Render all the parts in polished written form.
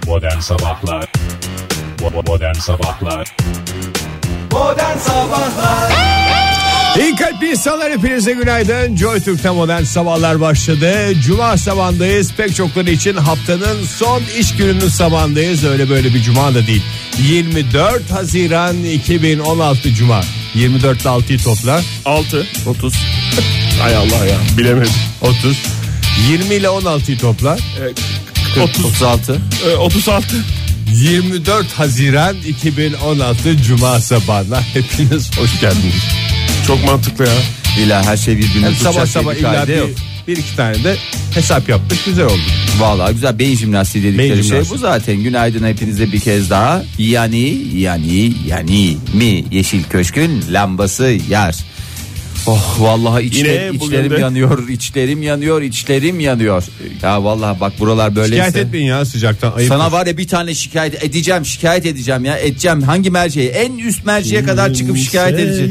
Modern Sabahlar. Modern Sabahlar. Modern Sabahlar. İyi kalpli insanlar, hepinize günaydın. Joy Türk'te Modern Sabahlar başladı. Cuma sabahındayız. Pek çokları için haftanın son iş gününün sabahındayız. Öyle böyle bir cuma da değil. 24 Haziran 2016 Cuma. 24 ile 6'yı topla. 6 30. Hay Allah ya, bilemedim. 30. 20 ile 16'yı topla. 36. 36. 24 Haziran 2016 Cuma sabahına hepiniz hoş geldiniz. Çok mantıklı ya. İlla her şey birbirine Yani tutacak sabah sabah bir illa kaide yok. bir iki tane de hesap yaptık, güzel oldu. Vallahi güzel, beyin jimnastiği dedikleri Beyin şey jimnastiği. bu zaten. Günaydın hepinize bir kez daha. Yani mi yeşil köşkün lambası yar. Oh vallahi içlerim de... içlerim yanıyor. Ya vallahi bak buralar böyleyse. Şikayet etmeyin ya sıcaktan. Ayıp. Sana var ya bir tane şikayet edeceğim ya, edeceğim. Hangi merceğe? En üst merceğe kadar çıkıp şikayet edeceğim.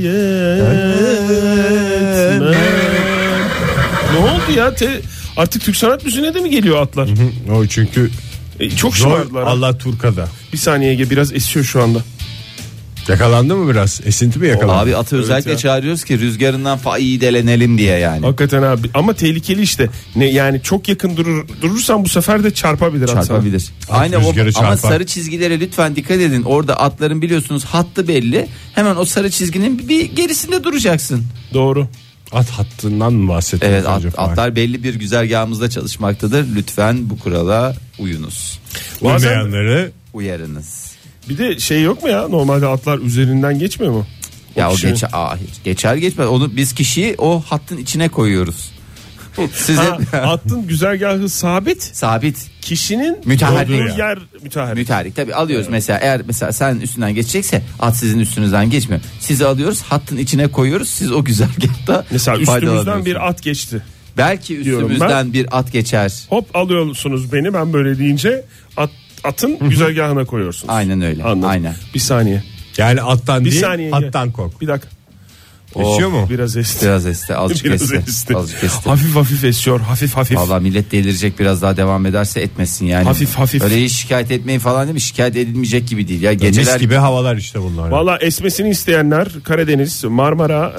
Ne oldu ya? Artık Türk sanat müziğine de mi geliyor atlar? O çünkü çok zor. şımardılar. Allah Turka'da. Bir saniye Ege, biraz esiyor şu anda. Yakalandı mı biraz? Esinti mi yakalandı? Abi atı özellikle ya. çağırıyoruz ki rüzgarından iyi delenelim diye yani. Hakikaten abi, ama tehlikeli işte. Ne yani, çok yakın durursan bu sefer de çarpabilir. Çarpabilir. At Aynen o, rüzgarı ama çarpar. sarı çizgilere lütfen dikkat edin. Orada atların biliyorsunuz hattı belli. Hemen o sarı çizginin bir gerisinde duracaksın. Doğru. At hattından mı bahsettiniz? Evet, önce? atlar belli bir güzergahımızda çalışmaktadır. Lütfen bu kurala uyunuz. Uymayanları Uyarınız. Bir de şey yok mu ya? Normalde atlar üzerinden geçmiyor mu? Ya o kişi. geçer geçmez. Onu biz kişiyi o hattın içine koyuyoruz. Sizin Attın güzergahı sabit. Kişinin Müteharrik. olduğu yer müteharrik. Müteharrik tabii alıyoruz mesela, eğer mesela sen üstünden geçecekse at sizin üstünüzden geçmiyor. Sizi alıyoruz, hattın içine koyuyoruz, siz o güzergahta Mesela üstümüzden faydalanıyorsunuz. bir at geçti. Belki diyorum üstümüzden bir at geçer. Hop alıyorsunuz beni, ben böyle deyince atın güzergahına koyuyorsunuz. Aynen öyle. Anladım. Aynen. Bir saniye. yani attan Bir değil saniye. hattan kork. Bir dakika. Esiyor mu? Biraz esti. Biraz esti, azıcık Biraz esti. esti. Azıcık esti. Hafif hafif esiyor. Hafif. Vallahi millet delirecek, biraz daha devam ederse etmesin yani. Hafif. Öyle hiç şikayet etmeyin falan değil mi? Şikayet edilmeyecek gibi değil. Ya Mis geceler gibi havalar işte bunlar. Valla esmesini isteyenler Karadeniz, Marmara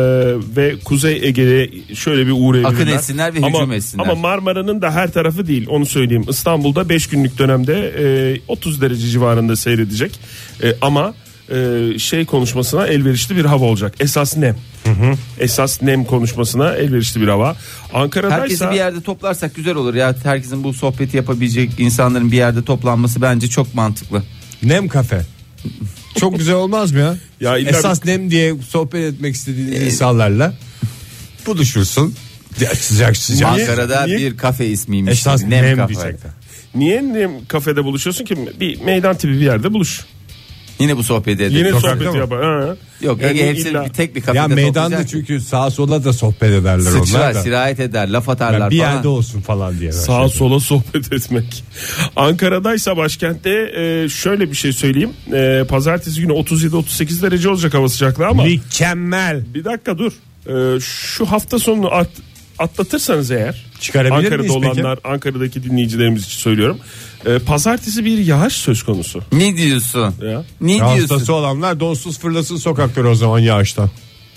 ve Kuzey Ege'de şöyle bir uğrayabilirler. akın etsinler ve hücum etsinler. Ama Marmara'nın da her tarafı değil, onu söyleyeyim. İstanbul'da 5 günlük dönemde 30 derece civarında seyredecek. Ama konuşmasına elverişli bir hava olacak. Esas nem. Esas nem konuşmasına elverişli bir hava. Ankara'daysa herkesi bir yerde toplarsak güzel olur ya. Herkesin bu sohbeti yapabilecek insanların bir yerde toplanması bence çok mantıklı. Nem kafe. Çok güzel olmaz mı ya? Ya illa esas nem diye sohbet etmek istediğiniz insanlarla buluşursun. Sıcak. Ankara'da Niye? bir kafe ismiymiş. Esas nem kafe. diyecekler. niye nem kafede buluşuyorsun ki? Bir meydan tipi bir yerde buluş. Yine bu sohbeti edelim. Yine Sokakta sohbeti mı? yap. Ha. Yok Yani Ege hepsini illa- bir tek bir kafede Ya meydanda toplayacak. çünkü sağa sola da sohbet ederler onlar Sıçrar, da. sirayet eder, laf atarlar Yani bir falan. yerde olsun falan diye. Sağa sola sohbet etmek. Ankara'daysa, başkentte şöyle bir şey söyleyeyim. Pazartesi günü 37-38 derece olacak hava sıcaklığı ama Mükemmel. bir dakika dur. Şu hafta sonunu atlatırsanız eğer, Çıkarabilir Ankara'da miyiz peki? olanlar, Ankara'daki dinleyicilerimiz için söylüyorum. Pazartesi bir yağış söz konusu. Ne diyorsun? Ya. Ne diyorsun? Hastası olanlar donsuz fırlasın sokakları o zaman yağıştan.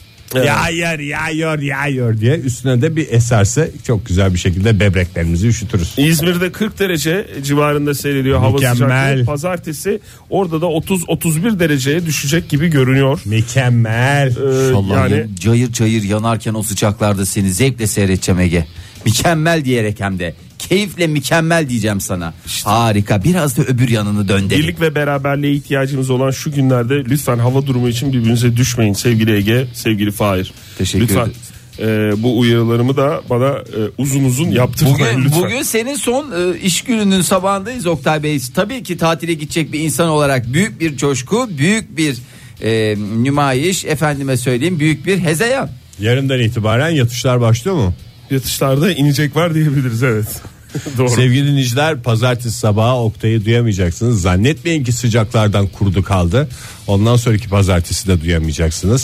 Yağıyor diye üstüne de bir eserse çok güzel bir şekilde böbreklerimizi üşütürüz. İzmir'de 40 derece civarında seyrediyor hava Mükemmel. sıcaklığı. Pazartesi orada da 30-31 dereceye düşecek gibi görünüyor. Mükemmel. İnşallah Yani cayır cayır yanarken o sıcaklarda seni zevkle seyredeceğim Ege. Mükemmel diyerek, hem de keyifle mükemmel diyeceğim sana. Harika, biraz da öbür yanını döndür. birlik ve beraberliğe ihtiyacımız olan şu günlerde lütfen hava durumu için birbirinize düşmeyin sevgili Ege, sevgili Fahir. Teşekkür lütfen. Bu uyarılarımı da bana uzun yaptırmayın lütfen. Bugün senin son iş gününün sabahındayız Oktay Bey. Tabii ki tatile gidecek bir insan olarak büyük bir coşku, büyük bir nümayiş, efendime söyleyeyim büyük bir hezeyan. Yarından itibaren yatışlar başlıyor mu? Yatışlarda inecek var diyebiliriz, evet. Doğru. Sevgili dinleyiciler, pazartesi sabahı Oktay'ı duyamayacaksınız. Zannetmeyin ki sıcaklardan kurudu kaldı. Ondan sonraki pazartesi de duyamayacaksınız.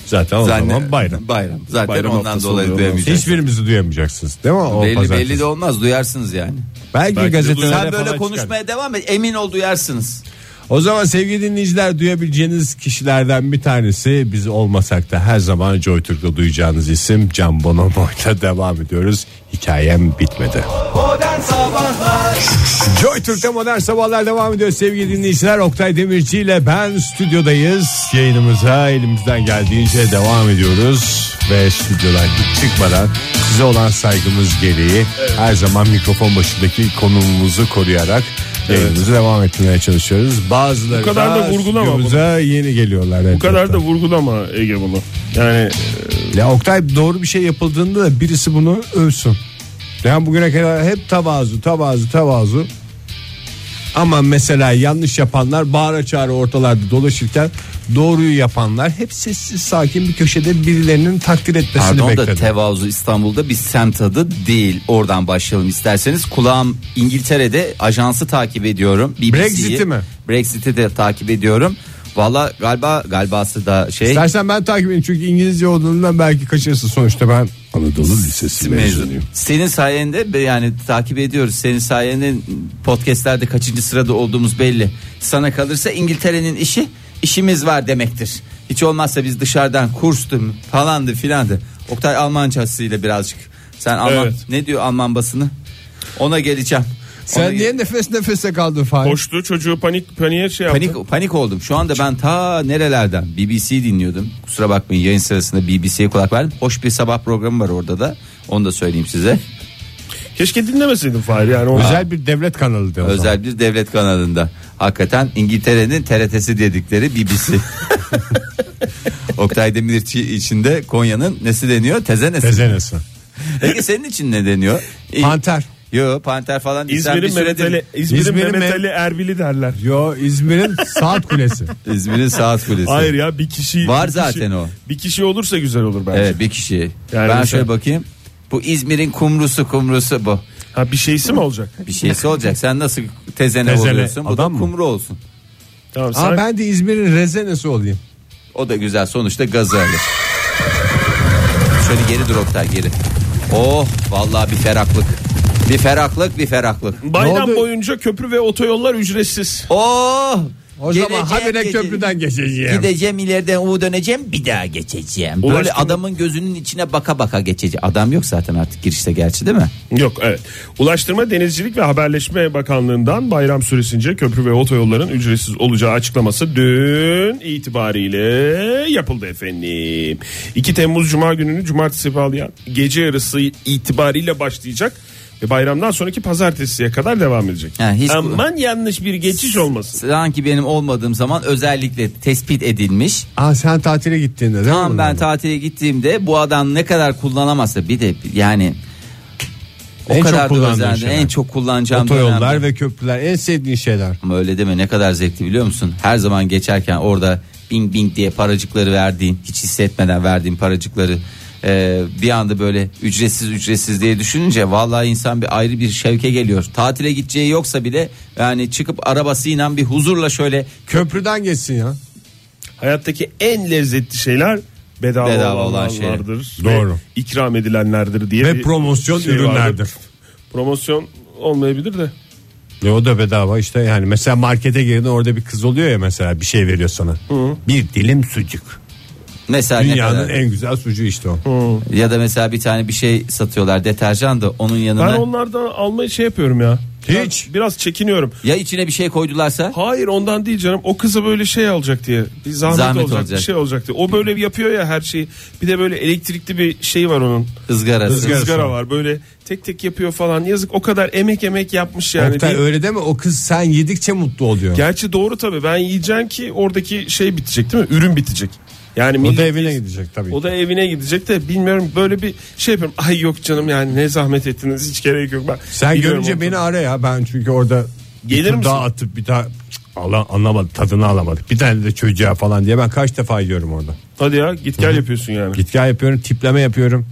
Zaten o zaman bayram. Bayram. Zaten Bayram ondan haftası dolayı oluyor. duyamayacaksınız. Hiçbirimizi duyamayacaksınız değil mi? O Belli pazartesi. de olmaz, duyarsınız yani. Belki de gazetelere Sen falan böyle çıkar. konuşmaya devam et, emin ol duyarsınız. O zaman sevgili dinleyiciler, duyabileceğiniz kişilerden bir tanesi, biz olmasak da her zaman JoyTürk'te duyacağınız isim Can Bonomo'yla devam ediyoruz. Hikayem bitmedi. Modern Sabahlar. JoyTürk'te Modern Sabahlar devam ediyor sevgili dinleyiciler. Oktay Demirci ile ben stüdyodayız. Yayınımıza elimizden geldiğince devam ediyoruz. Ve stüdyodan hiç çıkmadan size olan saygımız gereği her zaman mikrofon başındaki konumumuzu koruyarak yayınımızı devam etmeye çalışıyoruz. Bazıları Bu kadar da vurgulama stüdyomuza yeni geliyorlar. Bu kadar da vurgulama Ege bunu. Yani Ya Oktay, doğru bir şey yapıldığında da birisi bunu övsün. Yani bugüne kadar hep tavazu. Ama mesela yanlış yapanlar bağıra çağıra ortalarda dolaşırken doğruyu yapanlar hep sessiz sakin bir köşede birilerinin takdir etmesini Pardon da bekledi. tevazu İstanbul'da bir semt adı değil. Oradan başlayalım isterseniz. Kulağım İngiltere'de, ajansı takip ediyorum. BBC'yi. Brexit'i mi? Brexit'i de takip ediyorum. Valla galibası da şey. İstersen ben takip edeyim, çünkü İngilizce olduğundan belki kaçırırsın. Sonuçta ben Anadolu Lisesi mezunuyum. Senin sayende yani takip ediyoruz. Senin sayende podcastlerde kaçıncı sırada olduğumuz belli. Sana kalırsa İngiltere'nin işimiz var demektir. Hiç olmazsa biz dışarıdan kurstu falandı filandı. Oktay Almancasıyla birazcık. Sen Alman, Evet. ne diyor Alman basını? Ona geleceğim. Sen niye nefes nefese kaldın Fahir? koştu çocuğu paniğe şey yaptı. Panik oldum. Şu anda ben ta nerelerden BBC dinliyordum. Kusura bakmayın, yayın sırasında BBC'ye kulak verdim. Hoş bir sabah programı var orada da. Onu da söyleyeyim size. Keşke dinlemeseydin Fahir yani. O Özel bir devlet kanalı diyor. Özel bir devlet kanalında. Hakikaten İngiltere'nin TRT'si dedikleri BBC. Oktay Demirci içinde Konya'nın nesi deniyor? Tezenesi. Tezenesi. Peki senin için ne deniyor? Panter. Yo, panter falan değil. Sen bir İzmir'in süredir- Mehmet Ali Erbil'i derler. Yo, İzmir'in saat kulesi. İzmir'in Saat Kulesi. Hayır ya, bir kişi Var bir zaten kişi, o. Bir kişi olursa güzel olur bence. Evet, bir kişi. Yani ben mesela- şöyle bakayım. Bu İzmir'in kumrusu bu. Ha, bir şeysi mi olacak? Bir şeysi olacak. Sen nasıl tezene Tezene, oluyorsun? Bu da adam mı? kumru olsun. Tamam, Aa, sen ben de İzmir'in rezenesi olayım. O da güzel, sonuçta gazı alır. Şöyle geri dur Oktay, geri. Oh, vallahi bir ferahlık. Bir ferahlık. bayram Ne oldu? boyunca köprü ve otoyollar ücretsiz. Oh! O zaman habire köprüden geçeceğim. Gideceğim, ileriden U döneceğim, bir daha geçeceğim. Böyle Ulaştırma- adamın gözünün içine baka baka geçeceğim. Adam yok zaten artık girişte gerçi, değil mi? Yok, evet. Ulaştırma, Denizcilik ve Haberleşme Bakanlığı'ndan bayram süresince köprü ve otoyolların ücretsiz olacağı açıklaması dün itibariyle yapıldı efendim. 2 Temmuz Cuma gününü cumartesi bağlayan gece yarısı itibariyle başlayacak ve bayramdan sonraki pazartesiye kadar devam edecek. Ha, hiç- Aman yanlış bir geçiş olmasın. Sanki benim olmadığım zaman özellikle tespit edilmiş. Aa, sen tatile gittiğinde değil mi? Tam ben tatile gittiğimde bu adam ne kadar kullanamazsa, bir de yani o En çok kadar da kullandığın özeldi. şeyler. En çok kullanacağım Otoyollar dönemde. ve köprüler en sevdiğin şeyler. Ama öyle deme, ne kadar zevkli biliyor musun? Her zaman geçerken orada bing bing diye paracıkları verdiğin, hiç hissetmeden verdiğin paracıkları bir anda böyle ücretsiz diye düşününce vallahi insan bir ayrı bir şevke geliyor. Tatile gideceği yoksa bile yani çıkıp arabasıyla bir huzurla şöyle Köprüden geçsin ya. Hayattaki en lezzetli şeyler bedava olan şey. olanlardır. Doğru. Ve ikram edilenlerdir diye Ve bir promosyon şey ürünlerdir. vardır. Promosyon olmayabilir de. O da bedava işte, yani mesela markete girdin, orada bir kız oluyor ya, mesela bir şey veriyor sana. Bir dilim sucuk. mesela ne Dünyanın kadar. en güzel sucuğu işte o. Ya da mesela bir tane bir şey satıyorlar, deterjan da onun yanına. Ben onlardan almayı şey yapıyorum ya. Hiç. Biraz çekiniyorum. Ya içine bir şey koydularsa? Hayır, ondan değil canım. O kıza böyle şey alacak diye. Bir zahmet olacak, bir şey olacak diye. O böyle yapıyor ya her şeyi. Bir de böyle elektrikli bir şey var onun. Izgarası. Izgara var. Böyle tek tek yapıyor falan. Yazık, o kadar emek yapmış yani. Oktay, Bir- öyle deme, o kız sen yedikçe mutlu oluyor. Gerçi doğru tabii. Ben yiyeceğim ki oradaki şey bitecek değil mi? Ürün bitecek. Yani O millet- da evine gidecek tabii. O da evine gidecek de bilmiyorum, böyle bir şey yapıyorum. Ay yok canım, yani ne zahmet ettiniz, hiç gerek yok. Ben Sen biliyorum görünce ortamı. beni ara ya, ben çünkü orada Gelir bir tur misin? daha atıp bir daha anlamadık, tadını alamadık. Bir tane de çocuğa falan diye ben kaç defa yiyorum orada. Hadi ya, git gel yapıyorsun yani. Git gel yapıyorum, tipleme yapıyorum.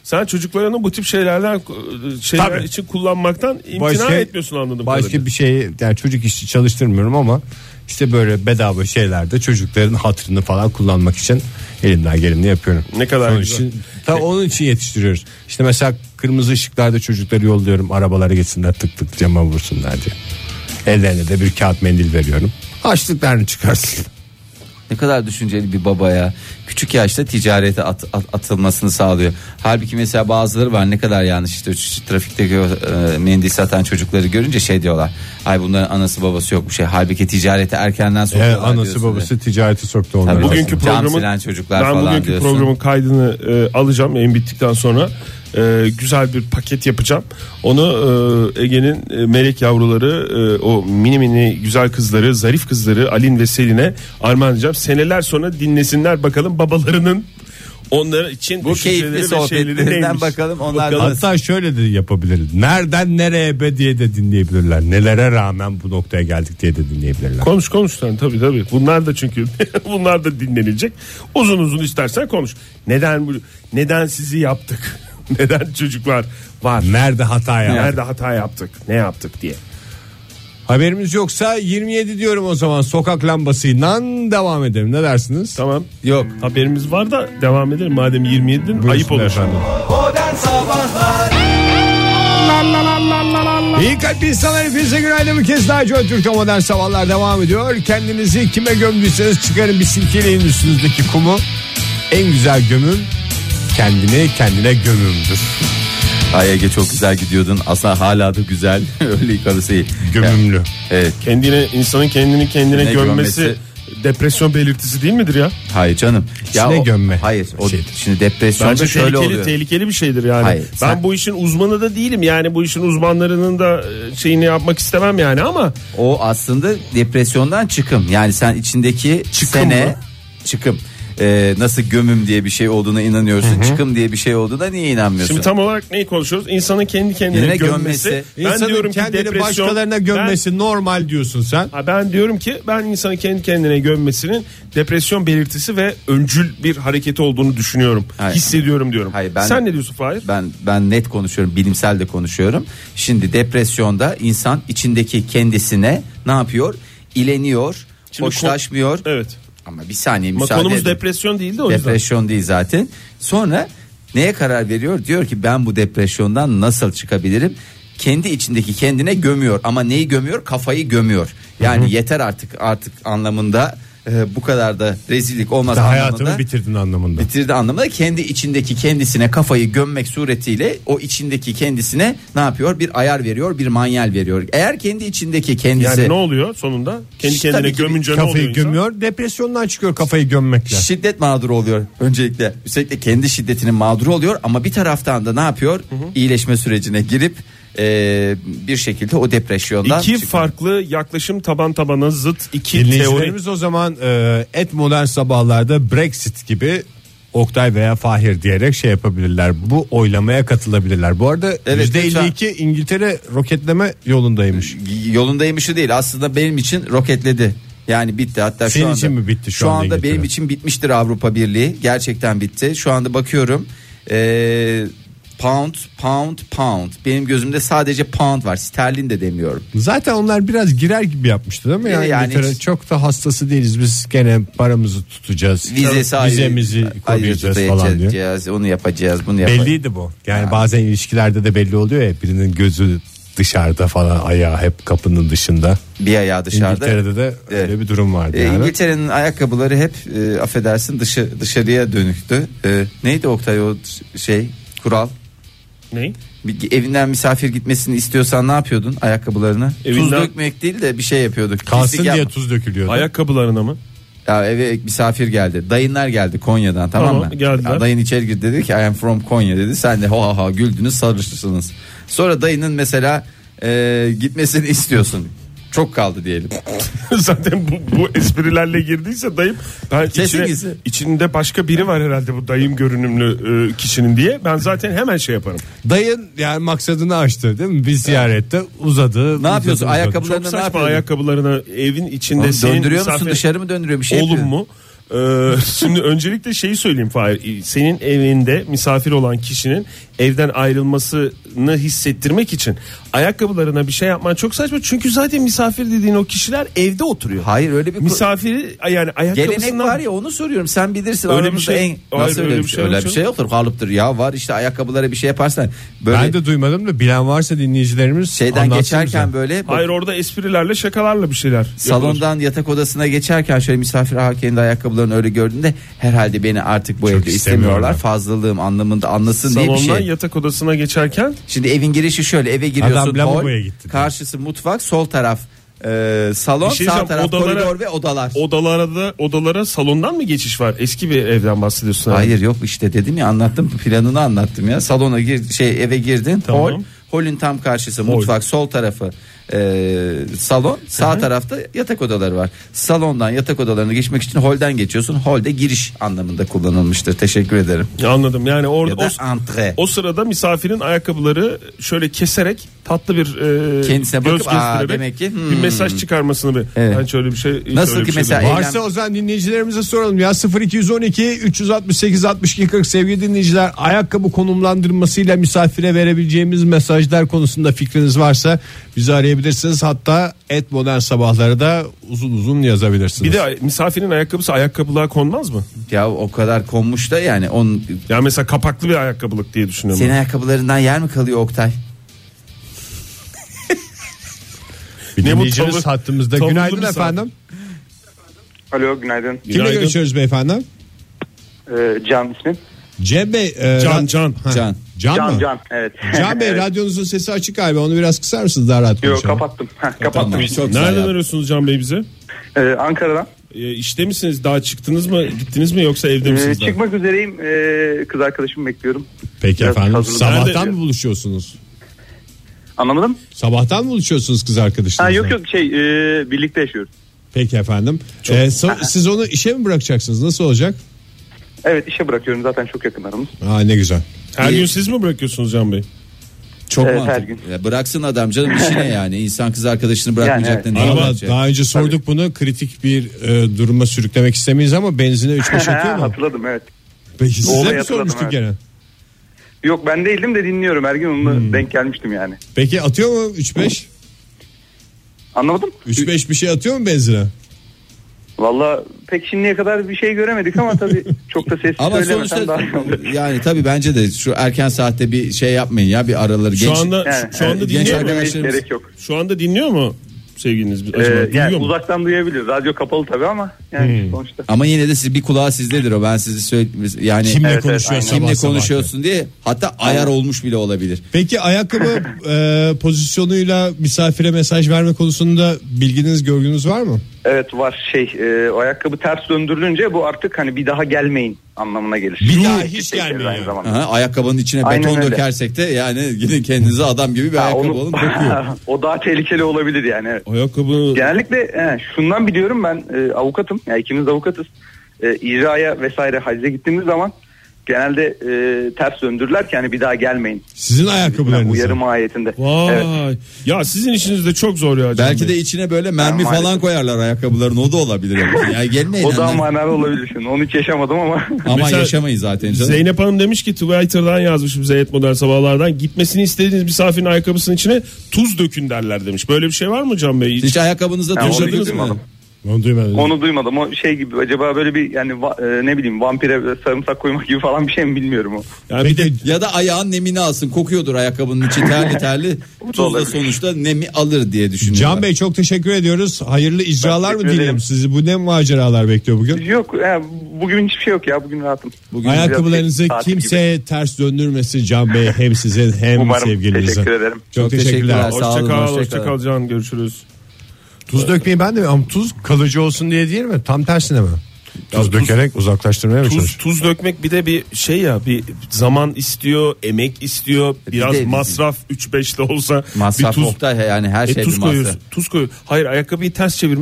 Sen çocuklarını bu tip şeyler Tabii. için kullanmaktan imtina etmiyorsun anladığım kadarıyla. Başka bir şey yani çocuk işçi çalıştırmıyorum ama işte böyle bedava şeylerde çocukların hatırını falan kullanmak için elimden geleni yapıyorum. Ne kadar onun güzel. için, onun için yetiştiriyoruz. İşte mesela kırmızı ışıklarda çocukları yolluyorum, arabalara geçsinler, tık tık cama vursunlar diye. Ellerine de bir kağıt mendil veriyorum. Açlıklarını çıkarsın. Ne kadar düşünceli bir baba ya. Küçük yaşta ticarete atılmasını sağlıyor. Halbuki mesela bazıları var, ne kadar yanlış, işte trafikteki mendil satan çocukları görünce şey diyorlar. Ay bunların anası babası yok bir şey. Halbuki ticarete erkenden sokuyorlar. Anası babası ticareti soktu onları. Bugünkü programın çocuklar ben falan bugünkü diyorsun. programın kaydını alacağım yayın bittikten sonra. Güzel bir paket yapacağım. Onu Ege'nin melek yavruları, o mini mini güzel kızları, zarif kızları Alin ve Selin'e armağan edeceğim. Seneler sonra dinlesinler bakalım babalarının onlar için bu keyifli sohbetlerinden bakalım onlar da. Hatta şöyle de yapabiliriz. Nereden nereye be diye de dinleyebilirler. Nelere rağmen bu noktaya geldik diye de dinleyebilirler. Konuş sen tabii. Bunlar da çünkü bunlar da dinlenilecek. Uzun uzun istersen konuş. Neden sizi yaptık? Neden çocuklar var? Nerede hata yaptık? Nerede hata yaptık? Ne yaptık diye. Haberimiz yoksa 27 diyorum o zaman, sokak lambasıyla devam edelim. Ne dersiniz? Tamam. Yok. Haberimiz var da devam edelim. Madem 27'din ayıp olur. Efendim. Modern Sabahlar. İyi kalpli insanlar, hepinize günaydın. Bir kez daha Joy Türk'te Modern Sabahlar devam ediyor. Kendinizi kime gömdüyseniz çıkarın, bir silkeleyin üstünüzdeki kumu. En güzel gömüm kendine gömümdür. Ay Ege, çok güzel gidiyordun. Aslında hala da güzel. Öyle yukarısı iyi. Gömümlü. Evet. İnsanın kendini kendine Ne gömmesi gömmesi? depresyon belirtisi değil midir ya? Hayır canım. İçine gömme. Hayır. Şeydir. Şimdi depresyonda Bence şöyle oluyor. tehlikeli bir şeydir yani. Hayır, ben bu işin uzmanı da değilim. Yani bu işin uzmanlarının da şeyini yapmak istemem yani ama O aslında depresyondan çıkım. Yani sen içindeki çıkım. Nasıl gömüm diye bir şey olduğuna inanıyorsun. Çıkım diye bir şey olduğuna niye inanmıyorsun? şimdi tam olarak neyi konuşuyoruz? İnsanın kendi kendine Kendine gömmesi. gömmesi. Ben İnsanın diyorum ki kendini depresyon, başkalarına gömmesi normal diyorsun sen. ben diyorum ki ben insanın kendi kendine gömmesinin depresyon belirtisi ve öncül bir hareketi olduğunu düşünüyorum. Hayır. Hissediyorum diyorum. Hayır, Sen ne diyorsun Fahir? Ben net konuşuyorum, bilimsel de konuşuyorum. Şimdi depresyonda insan içindeki kendisine ne yapıyor? İleniyor, Şimdi hoşlaşmıyor. Evet. Ama bir saniye Ama müsaade konumuz edin. depresyon değildi o yüzden. Depresyon değil zaten. Sonra neye karar veriyor? Diyor ki ben bu depresyondan nasıl çıkabilirim? Kendi içindeki kendine gömüyor. Ama neyi gömüyor? Kafayı gömüyor. Yani yeter artık anlamında, bu kadar da rezillik olmaz Hayatını anlamında. bitirdin anlamında. Bitirdi anlamında, kendi içindeki kendisine kafayı gömmek suretiyle o içindeki kendisine ne yapıyor? Bir ayar veriyor, bir manyel veriyor. Eğer kendi içindeki kendisi... Yani ne oluyor sonunda? Kendi İşte kendine tabii ki gömünce ne oluyor Kafayı insan? gömüyor, depresyondan çıkıyor kafayı gömmekle. Şiddet mağduru oluyor öncelikle. Üstelik kendi şiddetinin mağduru oluyor ama bir taraftan da ne yapıyor? İyileşme sürecine girip bir şekilde o depresyondan İki çıkıyor. farklı yaklaşım, taban tabana zıt iki teori. Dinleyicilerimiz o zaman et modern sabahlarda Brexit gibi Oktay veya Fahir diyerek şey yapabilirler. Bu oylamaya katılabilirler. Bu arada Evet, %52 İngiltere roketleme yolundaymış. Yolundaymışı değil, aslında benim için roketledi. Yani bitti, hatta Senin şu anda için mi bitti şu anda anda İngiltere? benim için bitmiştir Avrupa Birliği. Gerçekten bitti. Şu anda bakıyorum. Pound. Benim gözümde sadece pound var. Sterlin de demiyorum. Zaten onlar biraz girer gibi yapmıştı değil mi? Yani İngiltere çok da hastası değiliz. Biz gene paramızı tutacağız. Vizemizi koruyacağız falan diyor. Onu yapacağız, bunu yapacağız. Belliydi bu. Yani bazen ilişkilerde de belli oluyor ya, birinin gözü dışarıda falan, ayağı hep kapının dışında. Bir ayağı dışarıda. İngiltere'de de öyle bir durum vardı yani. İngiltere'nin ayakkabıları hep affedersin dışarıya dönüktü. Neydi Oktay o kural? Ne? Evinden misafir gitmesini istiyorsan ne yapıyordun ayakkabılarını? Tuz Evinden- dökmek değil de bir şey yapıyorduk. Kalsın Pislik diye yapma. tuz dökülüyordu. Ayakkabılarına mı? Ya eve misafir geldi. Dayınlar geldi Konya'dan, tamam Tamam, mı? geldiler. Ya dayın içeri girdi, dedi ki I am from Konya dedi. Sen de ha güldünüz, sarışırsınız. Sonra dayının mesela gitmesini istiyorsun. Çok kaldı diyelim. Zaten bu esprilerle girdiyse dayım, ben Kesin içinde başka biri var herhalde bu dayım görünümlü kişinin diye ben zaten hemen şey yaparım. Dayın yani maksadını aştı değil mi? Bir ziyarette uzadı. Ne yapıyorsun? uzadı. Ayakkabılarını Çok ne saçma, yapıyordun? ayakkabılarını evin içinde Oğlum, senin döndürüyor musun, misafir- dışarı mı döndürüyor, bir şey Oğlum yapıyor? mu? Şimdi öncelikle şeyi söyleyeyim Fahir. Senin evinde misafir olan kişinin evden ayrılmasını hissettirmek için ayakkabılarına bir şey yapman çok saçma. Çünkü zaten misafir dediğin o kişiler evde oturuyor. Hayır öyle bir misafiri yani ayakkabısından... Gelenek var ya, onu soruyorum. Sen bilirsin. Öyle bir şey. Nasıl öyle bir şey? Öyle bir şey yoktur. Kalıptır. Ya var işte, ayakkabılara bir şey yaparsan. Böyle Ben de duymadım da bilen varsa dinleyicilerimiz şeyden geçerken böyle. Hayır, orada esprilerle şakalarla bir şeyler. Salondan yatak odasına geçerken şöyle misafir kendi ayakkabılarını öyle gördüğünde herhalde beni artık bu evde istemiyorlar. Fazlalığım anlamında anlasın Salondan diye bir şey. yatak odasına geçerken. Şimdi evin girişi şöyle, eve giriyorsun. Adam lavaboya gitti. Karşısı mutfak, sol taraf salon, Bir şey sağ diyeceğim, taraf koridor ve odalar. Odalara salondan mı geçiş var? Eski bir evden bahsediyorsun. Hayır yok işte, dedim ya, anlattım, planını anlattım ya. Salona eve girdin. Tamam. Holün tam karşısı mutfak, sol tarafı salon, sağ tarafta yatak odaları var. Salondan yatak odalarına geçmek için holden geçiyorsun. Holde giriş anlamında kullanılmıştır. Teşekkür ederim. Anladım. Yani Ya orada da antre. o sırada misafirin ayakkabıları şöyle keserek tatlı bir Kendisine göz bakıp, gezdirerek demek ki bir mesaj çıkarmasını bir. Evet. Ben şöyle bir şey. Nasıl öyle bir ki şey mesela duydum. Varsa o zaman dinleyicilerimize soralım ya, 0212 368 62 40. Sevgili dinleyiciler, ayakkabı konumlandırmasıyla misafire verebileceğimiz mesajlar konusunda fikriniz varsa bizi arayabilirsiniz. Hatta @modern sabahları da uzun uzun yazabilirsiniz. Bir de misafirin ayakkabısı ayakkabılığa konmaz mı? ya o kadar konmuş da yani Ya mesela kapaklı bir ayakkabılık diye düşünüyorum. senin ayakkabılarından yer mi kalıyor Oktay? Bir Ne bu dinleyicimiz tavır- hattımızda. tavırlı Günaydın misafir. efendim. Alo, günaydın. Kimle Günaydın. görüşüyoruz beyefendi? Can ismim. Cem Bey. Can. Can. Can mı? Can, evet. Can Bey, Evet. radyonuzun sesi açık galiba, onu biraz kısar mısınız, daha rahat Yok, konuşalım. kapattım. Kapattım. Tamam, çok güzel Nereden yaptın. arıyorsunuz Can Bey bize? Ankara'dan. İşte misiniz? Daha çıktınız mı? Gittiniz mi yoksa evde misiniz? daha? Çıkmak üzereyim. Kız arkadaşımı bekliyorum. Peki Biraz efendim, hazırlık. sabahtan Nerede? mı buluşuyorsunuz? Anlamadım. Sabahtan mı buluşuyorsunuz kız arkadaşınızla? Yok birlikte yaşıyoruz. Peki efendim. Siz onu işe mi bırakacaksınız? Nasıl olacak? Evet, işe bırakıyorum, zaten çok yakın aramız. Ne güzel. Her gün siz mi bırakıyorsunuz Can Bey? Çok Evet, mantıklı. her gün. Ya bıraksın adam canım, işine yani. İnsan kız arkadaşını bırakmayacak da Yani, niye Ama bırakacak? daha önce sorduk bunu, kritik bir duruma sürüklemek istemeyiz ama benzine 3-5 atıyor mu? Hatırladım, evet. Peki size Olayı mi hatırladım, sormuştuk evet. gene? Yok, ben değildim de dinliyorum her gün, onunla denk gelmiştim yani. Peki atıyor mu 3-5? Anlamadım. 3-5 bir şey atıyor mu benzine? Valla pek şimdiye kadar bir şey göremedik ama tabii çok da sesli Ama söylemesem sonuçta daha iyi olur. yani tabii bence de şu erken saatte bir şey yapmayın ya, bir araları Şu anda Yani, şu anda genç dinliyor mu? arkadaşlarımız- Gerek yok. Şu anda dinliyor mu sevgiliniz? Acaba duyuyor Yani mu? uzaktan duyabilir. Radyo kapalı tabii ama yani sonuçta. ama yine de siz bir kulağı sizdedir o, ben sizi söyleyeyim yani Kimle Evet, konuşuyor aynen. sabah kimle sabah? konuşuyorsun diye, hatta ayar olmuş bile olabilir. Peki ayakkabı pozisyonuyla misafire mesaj verme konusunda bilginiz, görgünüz var mı? Evet, var o ayakkabı ters döndürülünce bu artık hani bir daha gelmeyin anlamına gelir. Bir daha Ciddi hiç gelir gelmeyin aynı yani. zamanda. Aha, ayakkabının içine Aynen beton öyle. dökersek de yani gidin kendinize adam gibi bir ayakkabı alın, kokuyor. O daha tehlikeli olabilir yani. Evet. Ayakkabı Genellikle şundan biliyorum, ben avukatım. Yani ikimiz de avukatız. İcraya vesaire hacize gittiğimiz zaman genelde ters döndürürler ki hani bir daha gelmeyin. Sizin ayakkabılarınızı. Uyarı mahiyetinde. vay. Evet. Ya sizin işiniz de çok zor ya Can Belki Bey. de içine böyle mermi Ya, falan maalesef. koyarlar ayakkabıların, o da olabilir. Yani gelmeyin O daha anlar. manalı olabilir şimdi. Onu hiç yaşamadım ama. Ama Mesela yaşamayız zaten canım. Zeynep Hanım demiş ki Twitter'dan yazmış bize Modern Sabahlardan, gitmesini istediğiniz misafirin ayakkabısının içine tuz dökün derler demiş. Böyle bir şey var mı Can Bey? Hiç ayakkabınızda Ya, onu tuz hiç yaşadınız mı? duymadım. Onu duymadım. Onu duymadım. O şey gibi acaba böyle bir yani ne bileyim vampire sarımsak koymak gibi falan bir şey mi bilmiyorum o. Yani bir de Ya da ayağın nemini alsın, kokuyordur ayakkabının içi terli terli. Tuz da olabilir. sonuçta nemi alır diye düşünüyorum. Can Bey çok teşekkür ediyoruz. Hayırlı icralar mı teşekkür dilerim ederim. sizi? Bu ne maceralar bekliyor bugün? Yok bugün hiçbir şey yok ya, bugün rahatım. Bugün Ayakkabılarınızı biraz tatil kimse ters döndürmesin Can Bey, hem sizin hem Umarım. sevgilinize. Teşekkür ederim. Çok teşekkürler. teşekkürler. Sağ olun, hoşça hoşça kal Can, görüşürüz. Tuz dökmeyi ben de, ama tuz kalıcı olsun diye değil mi? Tam tersine mi? Tuz dökerek uzaklaştırmaya mı çalışıyorsun? Tuz dökmek bir de bir şey ya, bir zaman istiyor, emek istiyor, biraz de- masraf 3-5 de olsa masraf bir tuz. Oktay, yani her şey Tuz bir koyuyorsun. masraf. Tuz koy. Hayır, ayakkabıyı ters çevirmek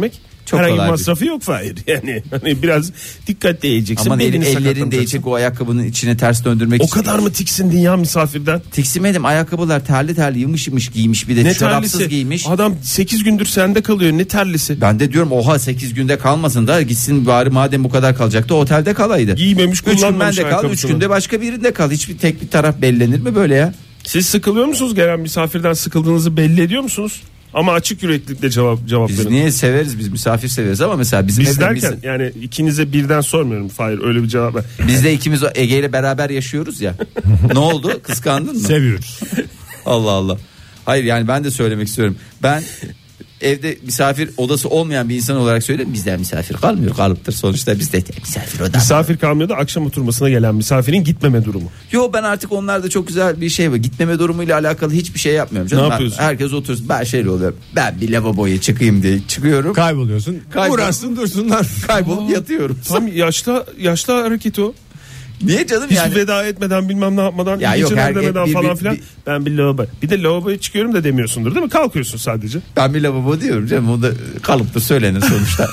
Çok herhangi bir kolay bir- masrafı yok Fahir. Yani hani biraz dikkatli yiyeceksin. Aman belini ellerin sakatlayacaksın. değecek o ayakkabının içine ters döndürmek O için. kadar mı tiksindin ya misafirden? Tiksinmedim, ayakkabılar terli terli yımış yımış giymiş, bir de Ne çorapsız terlisi? giymiş. Adam 8 gündür sende kalıyor, ne terlisi? Ben de diyorum oha 8 günde kalmasın da gitsin bari, madem bu kadar kalacaktı otelde kalaydı. Giymemiş, 3 gün kullanmamış bende kal, 3 ayakkabısını. günde başka birinde kal. Hiçbir tek bir taraf bellenir mi böyle ya? Siz sıkılıyor musunuz? Gelen misafirden sıkıldığınızı belli ediyor musunuz? Ama açık yüreklilikle cevap Biz verin. niye severiz, biz misafir severiz ama mesela bizim Biz evde derken yani ikinize birden sormuyorum Fahir, öyle bir cevap ver. biz de ikimiz Ege ile beraber yaşıyoruz ya. Ne oldu? Kıskandın mı? Seviyoruz. Allah Allah. Hayır yani ben de söylemek istiyorum. Ben evde misafir odası olmayan bir insan olarak söyleyeyim. Bizden misafir kalmıyor, kalıptır sonuçta, bizde misafir oda. Misafir kalmıyor da akşam oturmasına gelen misafirin gitmeme durumu. Yo, ben artık onlarda çok güzel bir şey var. Gitmeme durumuyla alakalı hiçbir şey yapmıyorum. Canım, Ne ben- yapıyorsun? herkes otursun. Ben şeyle oluyorum. Ben bir lavaboya çıkayım diye çıkıyorum. Kayboluyorsun. Uğraşsın dursunlar. Kaybolup yatıyorum. Tam yaşlı hareketi o. Niye canım Hiç yani? veda etmeden bilmem ne yapmadan Ya yok, demeden bir- falan bir- filan. Ben bir lavabo. Bir de lavaboya çıkıyorum da demiyorsundur değil mi? Kalkıyorsun sadece. Ben bir lavabo diyorum canım. O da kalıptır, söylenir sonuçta.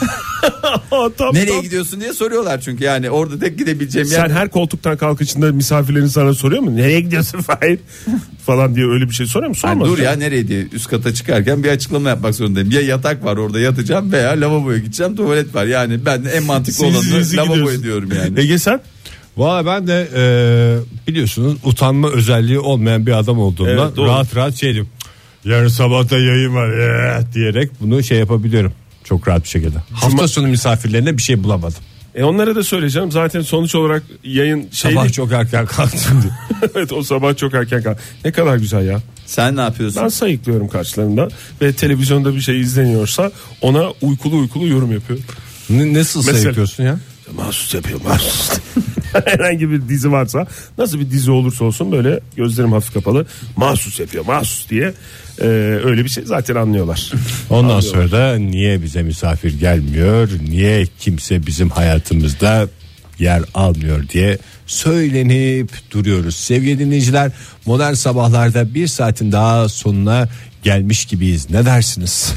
Tam, Nereye tam. gidiyorsun diye soruyorlar çünkü yani orada tek gidebileceğim Sen yer. her koltuktan kalkışında misafirlerin sana soruyor mu? Nereye gidiyorsun Fahir? Falan diye öyle bir şey soruyor mu? Ay, Sormaz. dur ya, nereye diye üst kata çıkarken bir açıklama yapmak zorundayım. Ya yatak var orada yatacağım veya lavaboya gideceğim, tuvalet var. Yani ben en mantıklı olanı lavaboya diyorum yani. Ege sen? Valla ben de biliyorsunuz utanma özelliği olmayan bir adam olduğumdan Evet, doğru. rahat rahat şeydim. Yarın sabah da yayın var diyerek bunu şey yapabiliyorum. Çok rahat bir şekilde. Hafta sonu misafirlerine bir şey bulamadım. Onlara da söyleyeceğim. Zaten sonuç olarak yayın Sabah çok erken kalktım diye. Evet, o sabah çok erken kalk. Ne kadar güzel ya. Sen ne yapıyorsun? Ben sayıklıyorum karşılarında ve televizyonda bir şey izleniyorsa ona uykulu yorum yapıyorum. Nasıl Mesela- sayıklıyorsun ya? Mahsus yapıyor, mahsus. Herhangi bir dizi varsa, nasıl bir dizi olursa olsun, böyle gözlerim hafif kapalı, mahsus yapıyor, mahsus diye öyle bir şey zaten anlıyorlar. Ondan sonra da niye bize misafir gelmiyor, niye kimse bizim hayatımızda yer almıyor diye söylenip duruyoruz. Sevgili dinleyiciler, modern sabahlarda bir saatin daha sonuna gelmiş gibiyiz. Ne dersiniz?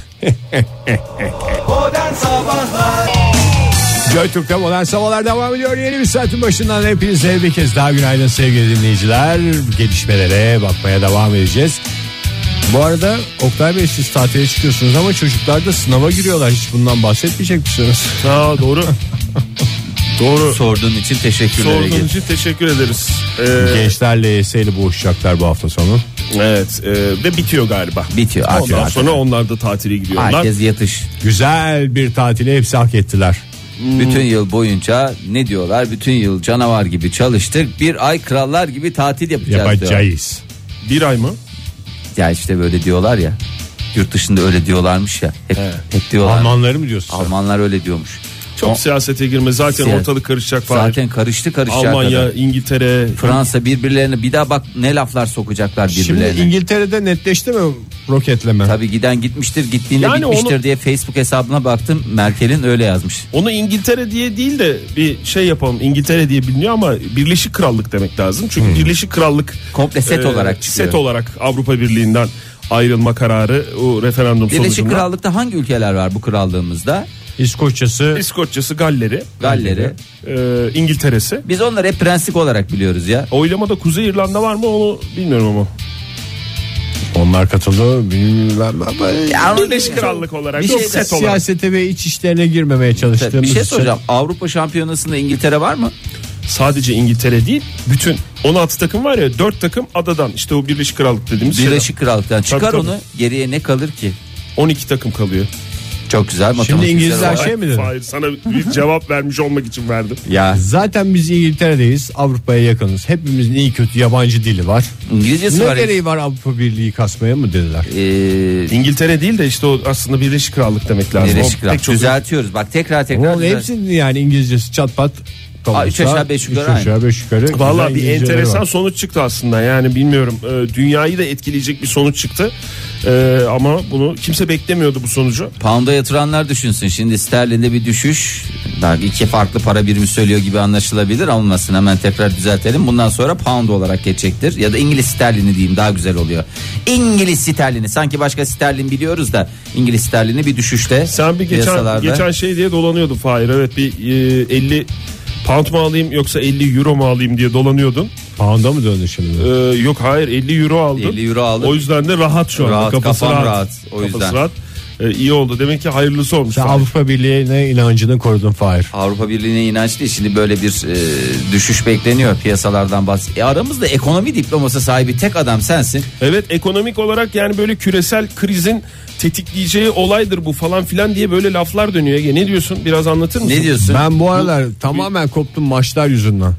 Modern Sabahlar Joy Türk'te modern sabahlar devam ediyor. Yeni bir saatin başından hepinize bir kez daha günaydın sevgili dinleyiciler. Gelişmelere bakmaya devam edeceğiz. Bu arada Oktay Bey, siz tatile çıkıyorsunuz ama çocuklar da sınava giriyorlar. Hiç bundan bahsetmeyecek misiniz? Ha, doğru. Doğru. Sorduğun için teşekkürler. Sorduğun Ege. için teşekkür ederiz. Gençler LYS'yle boğuşacaklar bu hafta sonu. Evet, ve bitiyor galiba. Bitiyor Ondan artık. sonra onlar da tatile gidiyorlar. Herkes yatış. Güzel bir tatile hepsi hak ettiler. Bütün yıl boyunca ne diyorlar? Bütün yıl canavar gibi çalıştık. Bir ay krallar gibi tatil yapacağız diyor. Yapacağız. Bir ay mı? Ya işte böyle diyorlar ya. Yurt dışında öyle diyorlarmış ya. Hep diyorlar. Almanları mı diyorsun? Almanlar öyle diyormuş. Çok siyasete girme, zaten Siyaset. ortalık karışacak falan. Zaten karışacak Almanya, kadar. İngiltere, Fransa birbirlerine bir daha bak ne laflar sokacaklar birbirlerine. Şimdi İngiltere'de netleşti mi roketleme? Tabii giden gitmiştir, gittiğinde Yani bitmiştir onu- diye Facebook hesabına baktım. Merkel'in öyle yazmış. onu İngiltere diye değil de bir şey yapalım. İngiltere diye biliniyor ama Birleşik Krallık demek lazım. Çünkü Birleşik Krallık Komple set olarak çıkıyor. set olarak Avrupa Birliği'nden ayrılma kararı o referandum Birleşik sonucunda. Krallık'ta hangi ülkeler var bu krallığımızda? İskoçya'sı, İskoçya'sı, Galler'i, Galler'i. İngiltere'si. Biz onları hep prenslik olarak biliyoruz ya. Oylamada Kuzey İrlanda var mı onu bilmiyorum ama. onlar katıldı. Bilmem ama Ya Birleşik Krallık olarak bir çok şey- set olarak. siyasete ve iç işlerine girmemeye çalıştığımız Bir şey için- soracağım. Avrupa Şampiyonası'nda İngiltere var mı? Sadece İngiltere değil, bütün 16 takım var ya, 4 takım adadan, işte o Birleşik Krallık dediğimiz Birleşik Krallık'tan. Çıkar Tabii, onu, geriye ne kalır ki? 12 takım kalıyor. Çok güzel matematiksel Şimdi İngilizler olarak. şey mi dedi? Hayır, sana bir cevap vermiş olmak için verdim. Ya Zaten biz İngiltere'deyiz, Avrupa'ya yakınız. Hepimizin iyi kötü yabancı dili var. İngilizcesi Ne var. gereği var Avrupa Birliği kasmaya mı dediler? İngiltere değil de işte o aslında Birleşik Krallık demek lazım. Birleşik O Krallık. pek çok Düzeltiyoruz. Bak tekrar Ama düzelt- hepsinin yani İngilizcesi çat pat. Üç aşağı beş yukarı üç aşağı beş yukarı. Vallahi güzel bir İngilizceleri enteresan var. sonuç çıktı aslında. Yani bilmiyorum, dünyayı da etkileyecek bir sonuç çıktı. Ama bunu kimse beklemiyordu, bu sonucu. Pound'a yatıranlar düşünsün. Şimdi sterlinde bir düşüş. Bak, 2 farklı para birimi söylüyor gibi anlaşılabilir, olmasın, hemen tekrar düzeltelim. Bundan sonra pound olarak geçecektir ya da İngiliz sterlini diyeyim, daha güzel oluyor. İngiliz sterlini, sanki başka sterlin biliyoruz da İngiliz sterlini bir düşüşte. Sen bir geçen şey diye dolanıyordun Fahir, evet, bir 50 pound mu alayım yoksa 50 euro mu alayım diye dolanıyordun. Pound'a mı döndü şimdi? Yok hayır, 50 euro aldım. 50 euro aldım. O yüzden de rahat şu anda. Kafam rahat. O yüzden. Kafası rahat. İyi oldu. Demek ki hayırlısı olmuş. Sen Avrupa Birliği'ne inancını korudun Fahir. Avrupa Birliği'ne inanç değil. Şimdi böyle bir düşüş bekleniyor piyasalardan aramızda ekonomi diploması sahibi tek adam sensin. Evet, ekonomik olarak yani böyle küresel krizin tetikleyeceği olaydır bu falan filan diye böyle laflar dönüyor. Ege, ne diyorsun? Biraz anlatır mısın? Ne diyorsun? Ben bu aralar tamamen koptum maçlar yüzünden.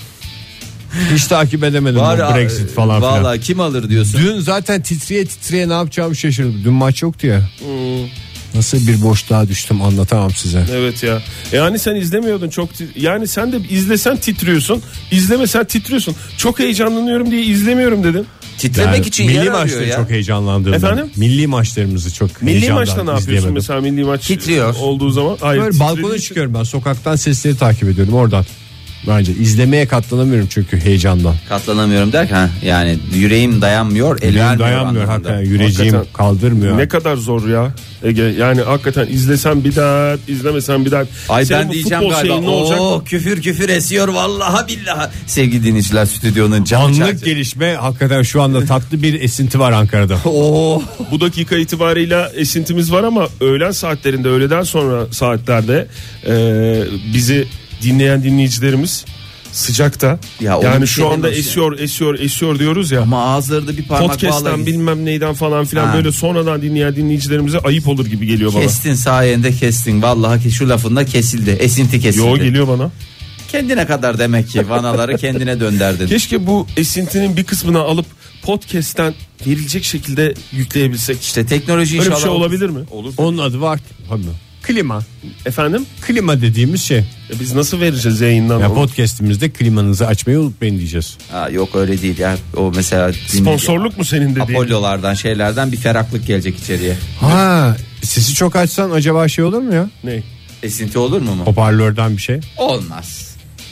Hiç takip edemedim bu Brexit falan filan. Vallahi kim alır diyorsun? Dün zaten titreye ne yapacağımı şaşırdım. Dün maç yoktu ya. Nasıl bir boşluğa düştüm anlatamam size. Evet ya. Yani sen izlemiyordun çok. Yani sen de izlesen titriyorsun. İzlemesen titriyorsun. Çok heyecanlanıyorum diye izlemiyorum dedin. Titremek Yani için milli yer arıyor maçları ya. çok heyecanlandığımda. Efendim? Milli maçlarımızı çok Milli maçta ne yapıyorsun mesela, milli maç Titriyor. olduğu zaman? Hayır, Böyle balkona çıkıyorum ben, sokaktan sesleri takip ediyorum oradan. Bence izlemeye katlanamıyorum çünkü heyecandan. Katlanamıyorum derken yani yüreğim dayanmıyor, el vermiyor. Dayanmıyor hakikaten, yüreceğim Hakikaten. kaldırmıyor. Ne kadar zor ya Ege, yani hakikaten izlesen bir daha, izlemesen bir daha. Ay Senin ben bu diyeceğim futbol galiba. şeyin ne olacak? Küfür esiyor vallahi billahi. Sevgili dinleyiciler, stüdyonun canı Anlık çarptı. gelişme, hakikaten şu anda tatlı bir esinti var Ankara'da. Bu dakika itibarıyla esintimiz var ama öğlen saatlerinde, öğleden sonra saatlerde bizi dinleyen dinleyicilerimiz sıcakta. Ya onu yani bir şu şey anda demiyoruz esiyor diyoruz ya. Ama ağızları bir parmak Podcast'ten bağlayın. bilmem neyden falan filan, Ha. böyle sonradan dinleyen dinleyicilerimize ayıp olur gibi geliyor bana. Kestin sayende kestin. Vallahi şu lafında kesildi. Esinti kesildi. Yo, geliyor bana. Kendine kadar demek ki vanaları kendine dönderdin. Keşke bu esintinin bir kısmını alıp podcast'ten verilecek şekilde yükleyebilsek. İşte teknoloji Öyle inşallah bir şey olabilir mi? Olur. Onun adı var. Klima. Efendim? Klima dediğimiz şey. Biz nasıl vereceğiz yayından? Ya onu? podcast'imizde klimanızı açmayı unutmayın diyeceğiz. Ha, yok öyle değil ya. O mesela Sponsorluk mu senin dediğin? Apollo'lardan şeylerden bir ferahlık gelecek içeriye. Ha, sesi çok açsan acaba şey olur mu ya? Ne? Esinti olur mu? Hoparlörden bir şey. Olmaz.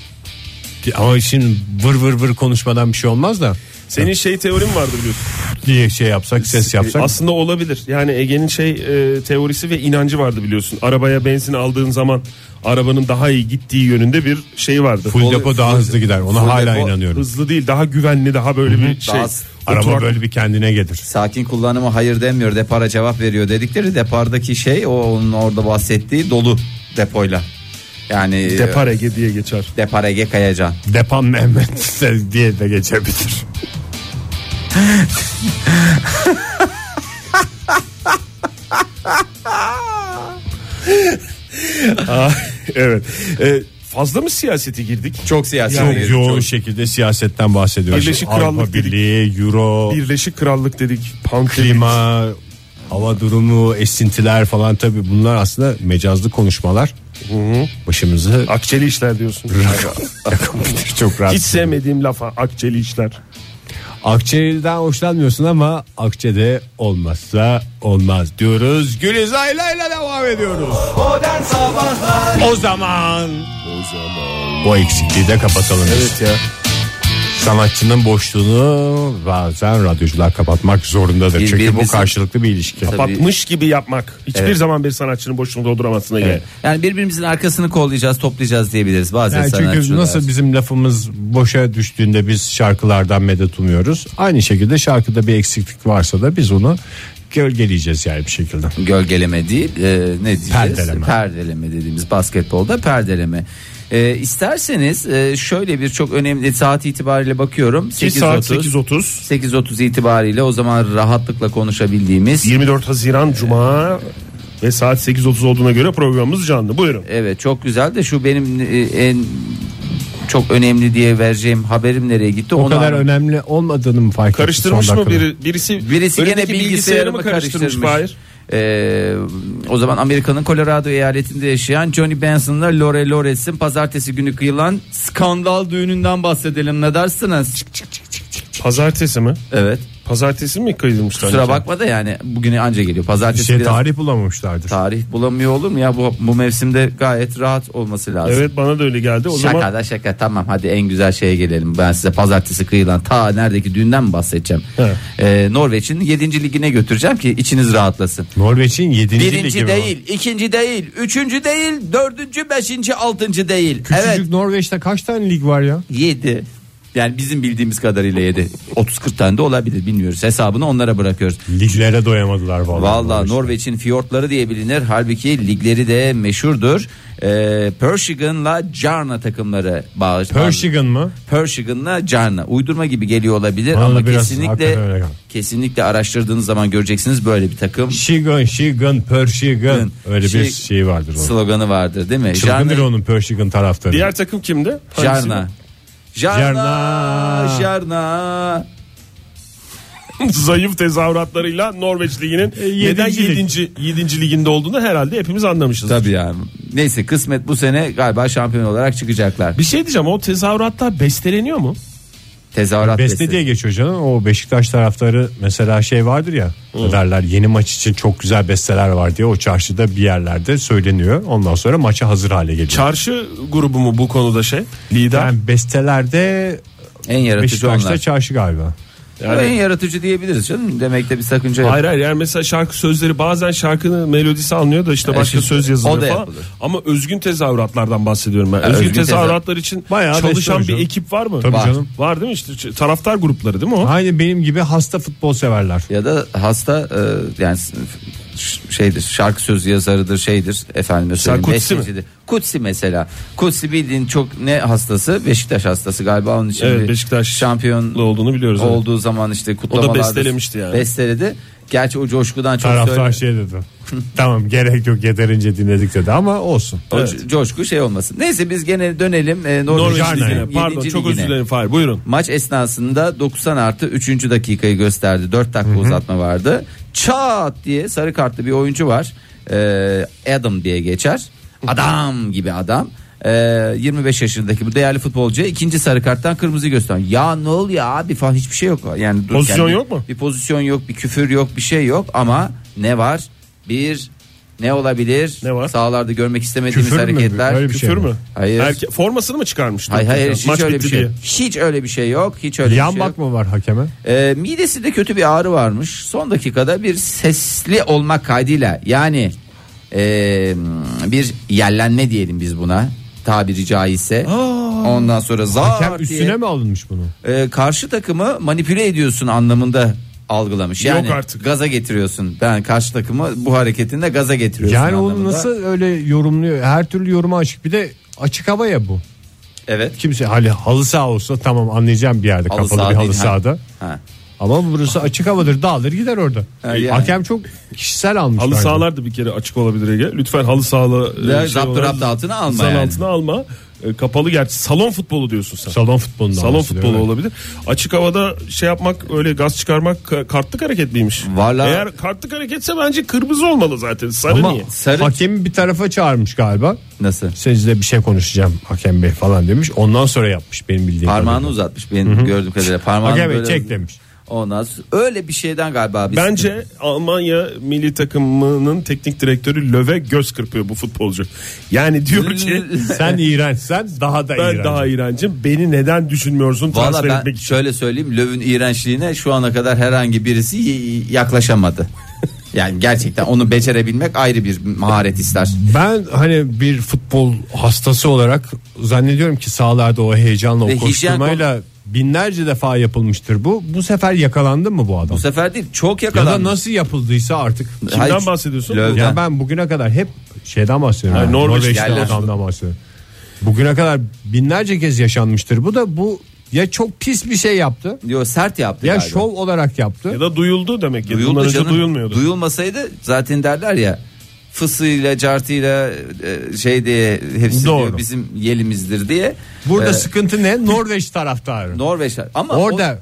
Ama şimdi vır konuşmadan bir şey olmaz da. Senin şey teorin vardı biliyorsun. Diye şey yapsak, ses yapsak. Aslında olabilir. Yani Ege'nin teorisi ve inancı vardı biliyorsun. Arabaya benzin aldığın zaman arabanın daha iyi gittiği yönünde bir şey vardı. Full depo daha hızlı gider. Ona full hala depo inanıyorum. Hızlı değil, daha güvenli, daha böyle bir şey. Daha Araba Oturak- böyle bir kendine gelir. Sakin kullanımı hayır demiyor, depara cevap veriyor dedikleri depardaki şey, o onun orada bahsettiği dolu depoyla. Yani Depar Ege diye geçer. Depar Ege Kayacan. Depan Mehmet diye de geçebilir. Evet. Fazla mı siyasete girdik? Çok siyasi. Çok bir- yoğun şekilde siyasetten bahsediyoruz. Birleşik Avrupa Krallık dedik. Birliği, Euro, Birleşik Krallık dedik. Pound dedik. klima, hava durumu, esintiler falan, tabii bunlar aslında mecazlı konuşmalar. Başımızı Akçeli işler diyorsun. çok rahat. Hiç sevmediğim lafa, akçeli işler. Akçe'den hoşlanmıyorsun ama Akçe'de olmazsa olmaz diyoruz. Gülizay'la devam ediyoruz. Modern Sabahlar O zaman o eksikliği de kapatalım. Evet ya. Sanatçının boşluğunu bazen radyocular kapatmak zorundadır. Çünkü bu Birbirimizin- karşılıklı bir ilişki. Kapatmış gibi yapmak. Hiçbir Evet. zaman bir sanatçının boşluğunu dolduramazsın Ege. Yani birbirimizin arkasını kollayacağız, toplayacağız diyebiliriz bazen Yani çünkü sanatçılar. nasıl bizim lafımız boşa düştüğünde biz şarkılardan medet umuyoruz. Aynı şekilde şarkıda bir eksiklik varsa da biz onu gölgeleyeceğiz yani bir şekilde. Gölgeleme değil, ne diyeceğiz? Perdeleme. Perdeleme dediğimiz basketbolda perdeleme. İsterseniz şöyle bir çok önemli saat itibariyle bakıyorum. Ki saat 8.30. 8.30 itibariyle o zaman rahatlıkla konuşabildiğimiz. 24 Haziran Cuma ve saat 8.30 olduğuna göre programımız canlı. Buyurun. Evet, çok güzel de şu benim en çok önemli diye vereceğim haberim nereye gitti? O kadar önemli olmadığını mı fark ettin Karıştırmış son mı dakikada? birisi Birisi gene önündeki bilgisayarımı karıştırmış. Fahir? O zaman Amerika'nın Colorado eyaletinde yaşayan Johnny Benson'la Lore Lores'in pazartesi günü kıyılan skandal düğününden bahsedelim, ne dersiniz? Pazartesi mi? Evet. Pazartesi mi kaydırmışlar? Kusura bakma da yani bugüne anca geliyor. Pazartesi Şey, biraz tarih bulamamışlardır. tarih bulamıyor olur mu ya, bu mevsimde gayet rahat olması lazım. Evet, bana da öyle geldi. O Şaka zaman da şaka, tamam hadi en güzel şeye gelelim. Ben size pazartesi kıyılan ta neredeki düğünden mi bahsedeceğim? Norveç'in 7. ligine götüreceğim ki içiniz rahatlasın. Norveç'in 7. ligi Birinci mi değil, ikinci değil, üçüncü değil, dördüncü, beşinci, altıncı değil. Küçücük Evet, Norveç'te kaç tane lig var ya? 7. Yani bizim bildiğimiz kadarıyla 7. 30-40 tane de olabilir, bilmiyoruz. Hesabını onlara bırakıyoruz. Liglere doyamadılar vallahi. Vallahi Norveç'in fiyortları diye bilinir. Halbuki ligleri de meşhurdur. Pershigan'la Jarna takımları Pershigan mı? Pershigan'la Jarna. Uydurma gibi geliyor olabilir Bana ama biraz hakikaten öyle geldi. kesinlikle araştırdığınız zaman göreceksiniz böyle bir takım. Shigan, Pershigan. Öyle bir şey vardır onun. Sloganı vardır değil mi? Çılgındır onun Pershigan taraftarı. diğer takım kimdi? Jarna. Jarna. Jarna. Zayıf tezahüratlarıyla Norveç Ligi'nin neden Yedinci 7. liginde olduğunu herhalde hepimiz anlamışız. Tabii yani. Neyse, kısmet bu sene galiba şampiyon olarak çıkacaklar. Bir şey diyeceğim, o tezahüratlar besteleniyor mu? Tezahürat Beste diye geçiyor canım. O Beşiktaş taraftarı mesela şey vardır ya. Ne derler, yeni maç için çok güzel besteler var diye o çarşıda bir yerlerde söyleniyor. Ondan sonra maça hazır hale geliyor. Çarşı grubu mu bu konuda lider? Yani bestelerde En yaratıcı Beşiktaş'ta onlar. çarşı galiba. Yani en yaratıcı diyebiliriz canım. Demekte bir sakınca yok. Hayır yani mesela şarkı sözleri, bazen şarkının melodisi alınıyor da işte başka söz yazılıyor o da falan. yapılır. Ama özgün tezahüratlardan bahsediyorum ben. özgün Özgün tezahüratlar için Bayağı çalışan beste bir hocam. ekip var mı? Tabii Var. canım. Var değil mi, işte taraftar grupları değil mi o? Aynı benim gibi hasta futbol severler. Ya da hasta yani şeydir, şarkı sözü yazarıdır, şeydir, efendime söyleyeyim, Kutsi mi? bestecidir. Kutsi mesela. Kutsi bildiğin çok ne hastası? Beşiktaş hastası galiba, onun için Evet, bir Beşiktaş şampiyon olduğunu biliyoruz. Evet. olduğu zaman işte kutlamalarda bestelemişti yani. Besteledi. Gerçi o coşkudan çok Taraftar şey dedi. Tamam, gerek yok, yeterince dinledik dedi ama olsun. coşku şey olmasın. Neyse biz gene dönelim Norveç Jarna. Ligi'ne. Pardon, çok özür dilerim Fahir, buyurun. Maç esnasında 90+3. dakikayı gösterdi. 4 dakika uzatma vardı. Çat diye sarı kartlı bir oyuncu var. Adam diye geçer. Adam gibi adam. 25 yaşındaki bu değerli futbolcuya ikinci sarı karttan kırmızı gösteriyor. Ya ne oluyor abi falan, hiçbir şey yok. Yani Pozisyon yok mu? Bir pozisyon yok, bir küfür yok, bir şey yok ama ne var? Ne olabilir? Ne var? Sahalarda görmek istemediğimiz Küfür mü? hareketler. Öyle bir şey Küfür mi? mü? Hayır. Formasını mı çıkarmıştı? Hayır, hiç Maç öyle bitti bir şey. diye. Hiç öyle bir şey yok. Hiç öyle bir Yan şey yok. bak mı var hakeme? Midesinde kötü bir ağrı varmış. Son dakikada bir sesli olmak kaydıyla, yani bir yellenme diyelim biz buna, tabiri caizse. Ondan sonra Hakem zar üstüne diye mi alınmış bunu? karşı takımı manipüle ediyorsun anlamında algılamış. Yani Yok artık. gaza getiriyorsun. Ben karşı takımı bu hareketinde gaza getiriyorsun Yani onu anlamında. nasıl öyle yorumluyor? Her türlü yoruma açık. Bir de açık hava ya bu. Evet. Kimse halı saha olsa tamam, anlayacağım bir yerde, Halı kapalı saha bir halı değil, ha. sahada. Ha. Ama burası açık havadır, dağılır gider orada. yani. Hakem çok kişisel almış. Halı bence. sahalar da bir kere açık olabilir Ege. Lütfen halı sahalı Zapturapt altına alma zan yani. altına alma. Kapalı, gerçi salon futbolu diyorsun sen. Salon futbolundan Salon bahsediyorum, futbolu evet. olabilir. Açık havada şey yapmak, öyle gaz çıkarmak kartlık hareketliymiş. Vallahi- Eğer kartlık hareketse bence kırmızı olmalı zaten. Sarı Ama niye? Sarı- hakemi bir tarafa çağırmış galiba. Nasıl? Sizle bir şey konuşacağım hakem bey falan demiş. Ondan sonra yapmış benim bildiğim Parmağını kadarıyla. uzatmış benim gördüğüm kadarıyla. Parmağını Hakem bey böyle çek demiş. ondan sonra öyle bir şeyden galiba biz. Bence Almanya milli takımının teknik direktörü Löw'e göz kırpıyor bu futbolcu. Yani diyor ki Sen iğrençsen daha da ben iğrenç. daha iğrencim. Beni neden düşünmüyorsun Valla transfer ben etmek için? şöyle söyleyeyim, Löw'ün iğrençliğine şu ana kadar herhangi birisi yaklaşamadı. Yani gerçekten onu becerebilmek ayrı bir maharet ister. Ben hani bir futbol hastası olarak zannediyorum ki sahalarda o heyecanla, Ve o koşturmayla binlerce defa yapılmıştır bu. Bu sefer yakalandı mı bu adam? Bu sefer değil, çok Ya yakalandı. da nasıl yapıldıysa artık. Kimden bahsediyorsun? Löw'den. Ya ben bugüne kadar hep şeyden bahsediyorum. Ha, Yani Norveçli Norveçli yerler. adamdan bahsediyorum. Bugüne kadar binlerce kez yaşanmıştır. Bu da ya çok pis bir şey yaptı. Diyor, sert yaptı Ya galiba. şov olarak yaptı. Ya da duyuldu demek ki. Bundan Duyuldu önce canım. duyulmuyordu. Duyulmasaydı zaten derler ya, fısıyla cartıyla şey diye hepsi Doğru. diyor bizim yelimizdir diye. Burada sıkıntı ne? Norveç taraftarı. Norveçler ama Orada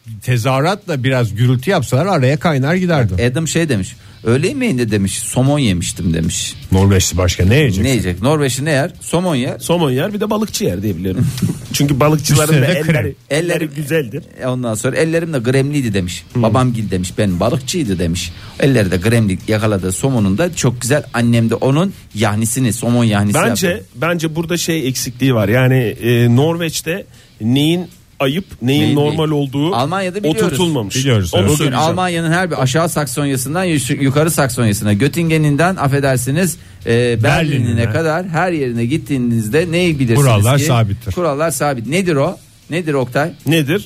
tezahüratla biraz gürültü yapsalar araya kaynar giderdi. Adam şey demiş. Öğle yemeğinde demiş somon yemiştim demiş. Norveçli başka ne yiyecek? Ne yiyecek? Norveçli ne yer? Somon yer. Somon yer, bir de balıkçı yer diye biliyorum. Çünkü balıkçıların da Üstüne de elleri güzeldir. Ondan sonra ellerim de gremliydi demiş. Babamgil demiş, ben balıkçıydı demiş. Elleri de gremli, yakaladığı somonun da çok güzel. Annem de onun yahnisini, somon yahnisi yaptı. Bence burada şey eksikliği var. Yani Norveç'te neyin ayıp, neyin normal olduğu Almanya'da biliyoruz. oturtulmamış. Biliyoruz, Onu evet. Bugün söyleyeceğim. Almanya'nın her bir aşağı Saksonya'sından yukarı Saksonya'sına, Göttingen'inden affedersiniz Berlin'ine kadar her yerine gittiğinizde neyi bilirsiniz Kurallar ki? sabittir. Kurallar sabit. Nedir o? Nedir Oktay? Nedir?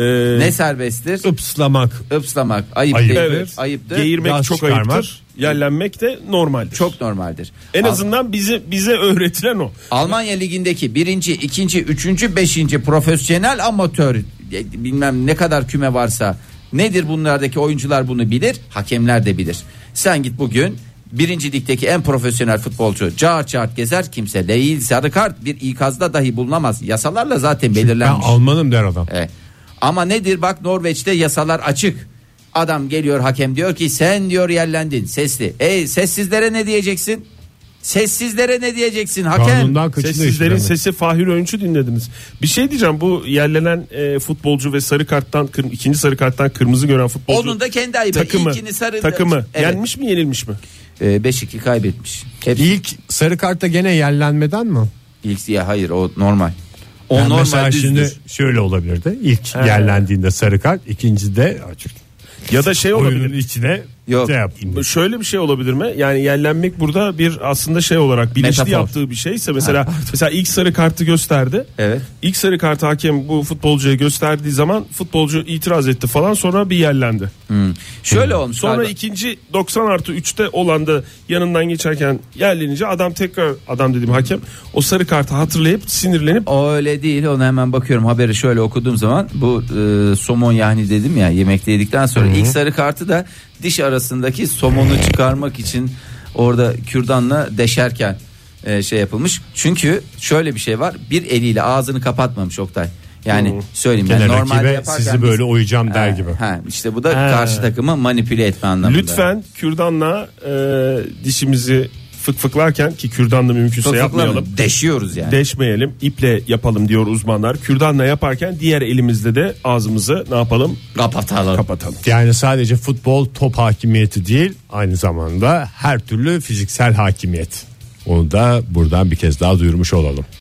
Ne serbesttir? Islamak. Islamak ayıp Ayıp. değildir. Evet. Ayıptır. Geğirmek Gaz çok çıkarmak. ayıptır. Yerlenmek de normaldir. Çok normaldir. En azından bize öğretilen o. Almanya ligindeki 1. 2. 3. 5. profesyonel amatör bilmem ne kadar küme varsa nedir bunlardaki oyuncular bunu bilir, hakemler de bilir. Sen git bugün 1. ligdeki en profesyonel futbolcu cart cart gezer, kimse değil, sarı kart bir ikazda dahi bulunamaz. Yasalarla zaten Ben belirlenmiş. Almanım der adam. Evet. Ama nedir bak, Norveç'te yasalar açık. Adam geliyor, hakem diyor ki sen diyor yerlendin, sesli. Sessizlere ne diyeceksin? Sessizlere ne diyeceksin hakem? Kanundan kaçınıyor Sessizlerin işte. sesi Fahir Öğünç'ü dinlediniz. Bir şey diyeceğim, bu yerlenen futbolcu ve sarı karttan ikinci sarı karttan kırmızı gören futbolcu Onun da kendi ayıbı. takımı İlkini sarı evet. yenmiş mi yenilmiş mi? 5-2 kaybetmiş. Hepsi İlk sarı kartta gene yerlenmeden mi? ilk ya, hayır o normal. O Yani normal mesela düzdür. şimdi şöyle olabilirdi. İlk yerlendiğinde sarı kart, ikincide açık. Ya da şey Oyunun olabilir. içine Yok. şey yapayım. Şöyle bir şey olabilir mi? Yani yerlenmek burada bir aslında şey olarak bilinçli Metafor. yaptığı bir şeyse mesela ilk sarı kartı gösterdi. Evet. İlk sarı kartı hakem bu futbolcuya gösterdiği zaman futbolcu itiraz etti falan, sonra bir yerlendi. Şöyle olmuş. Sonra galiba. ikinci 90+3'te olan da yanından geçerken yerlenince adam dediğim hakem o sarı kartı hatırlayıp sinirlenip O öyle değil, onu hemen bakıyorum haberi şöyle okuduğum zaman bu somon yani dedim ya, yemekte yedikten sonra ilk sarı kartı da diş arasındaki somonu çıkarmak için orada kürdanla deşerken şey yapılmış. Çünkü şöyle bir şey var, bir eliyle ağzını kapatmamış Oktay. Yani söyleyeyim ben Gene normalde rakibe yaparken sizi böyle oyacağım der gibi. işte bu da karşı takımı manipüle etme anlamında. lütfen kürdanla dişimizi fıkfıklarken, ki kürdanla mümkünse Fıkfıkla yapmayalım. mı? Deşiyoruz yani. Deşmeyelim, iple yapalım diyor uzmanlar. Kürdanla yaparken diğer elimizle de ağzımızı ne yapalım? Kapatalım. Yani sadece futbol top hakimiyeti değil, aynı zamanda her türlü fiziksel hakimiyet. Onu da buradan bir kez daha duyurmuş olalım.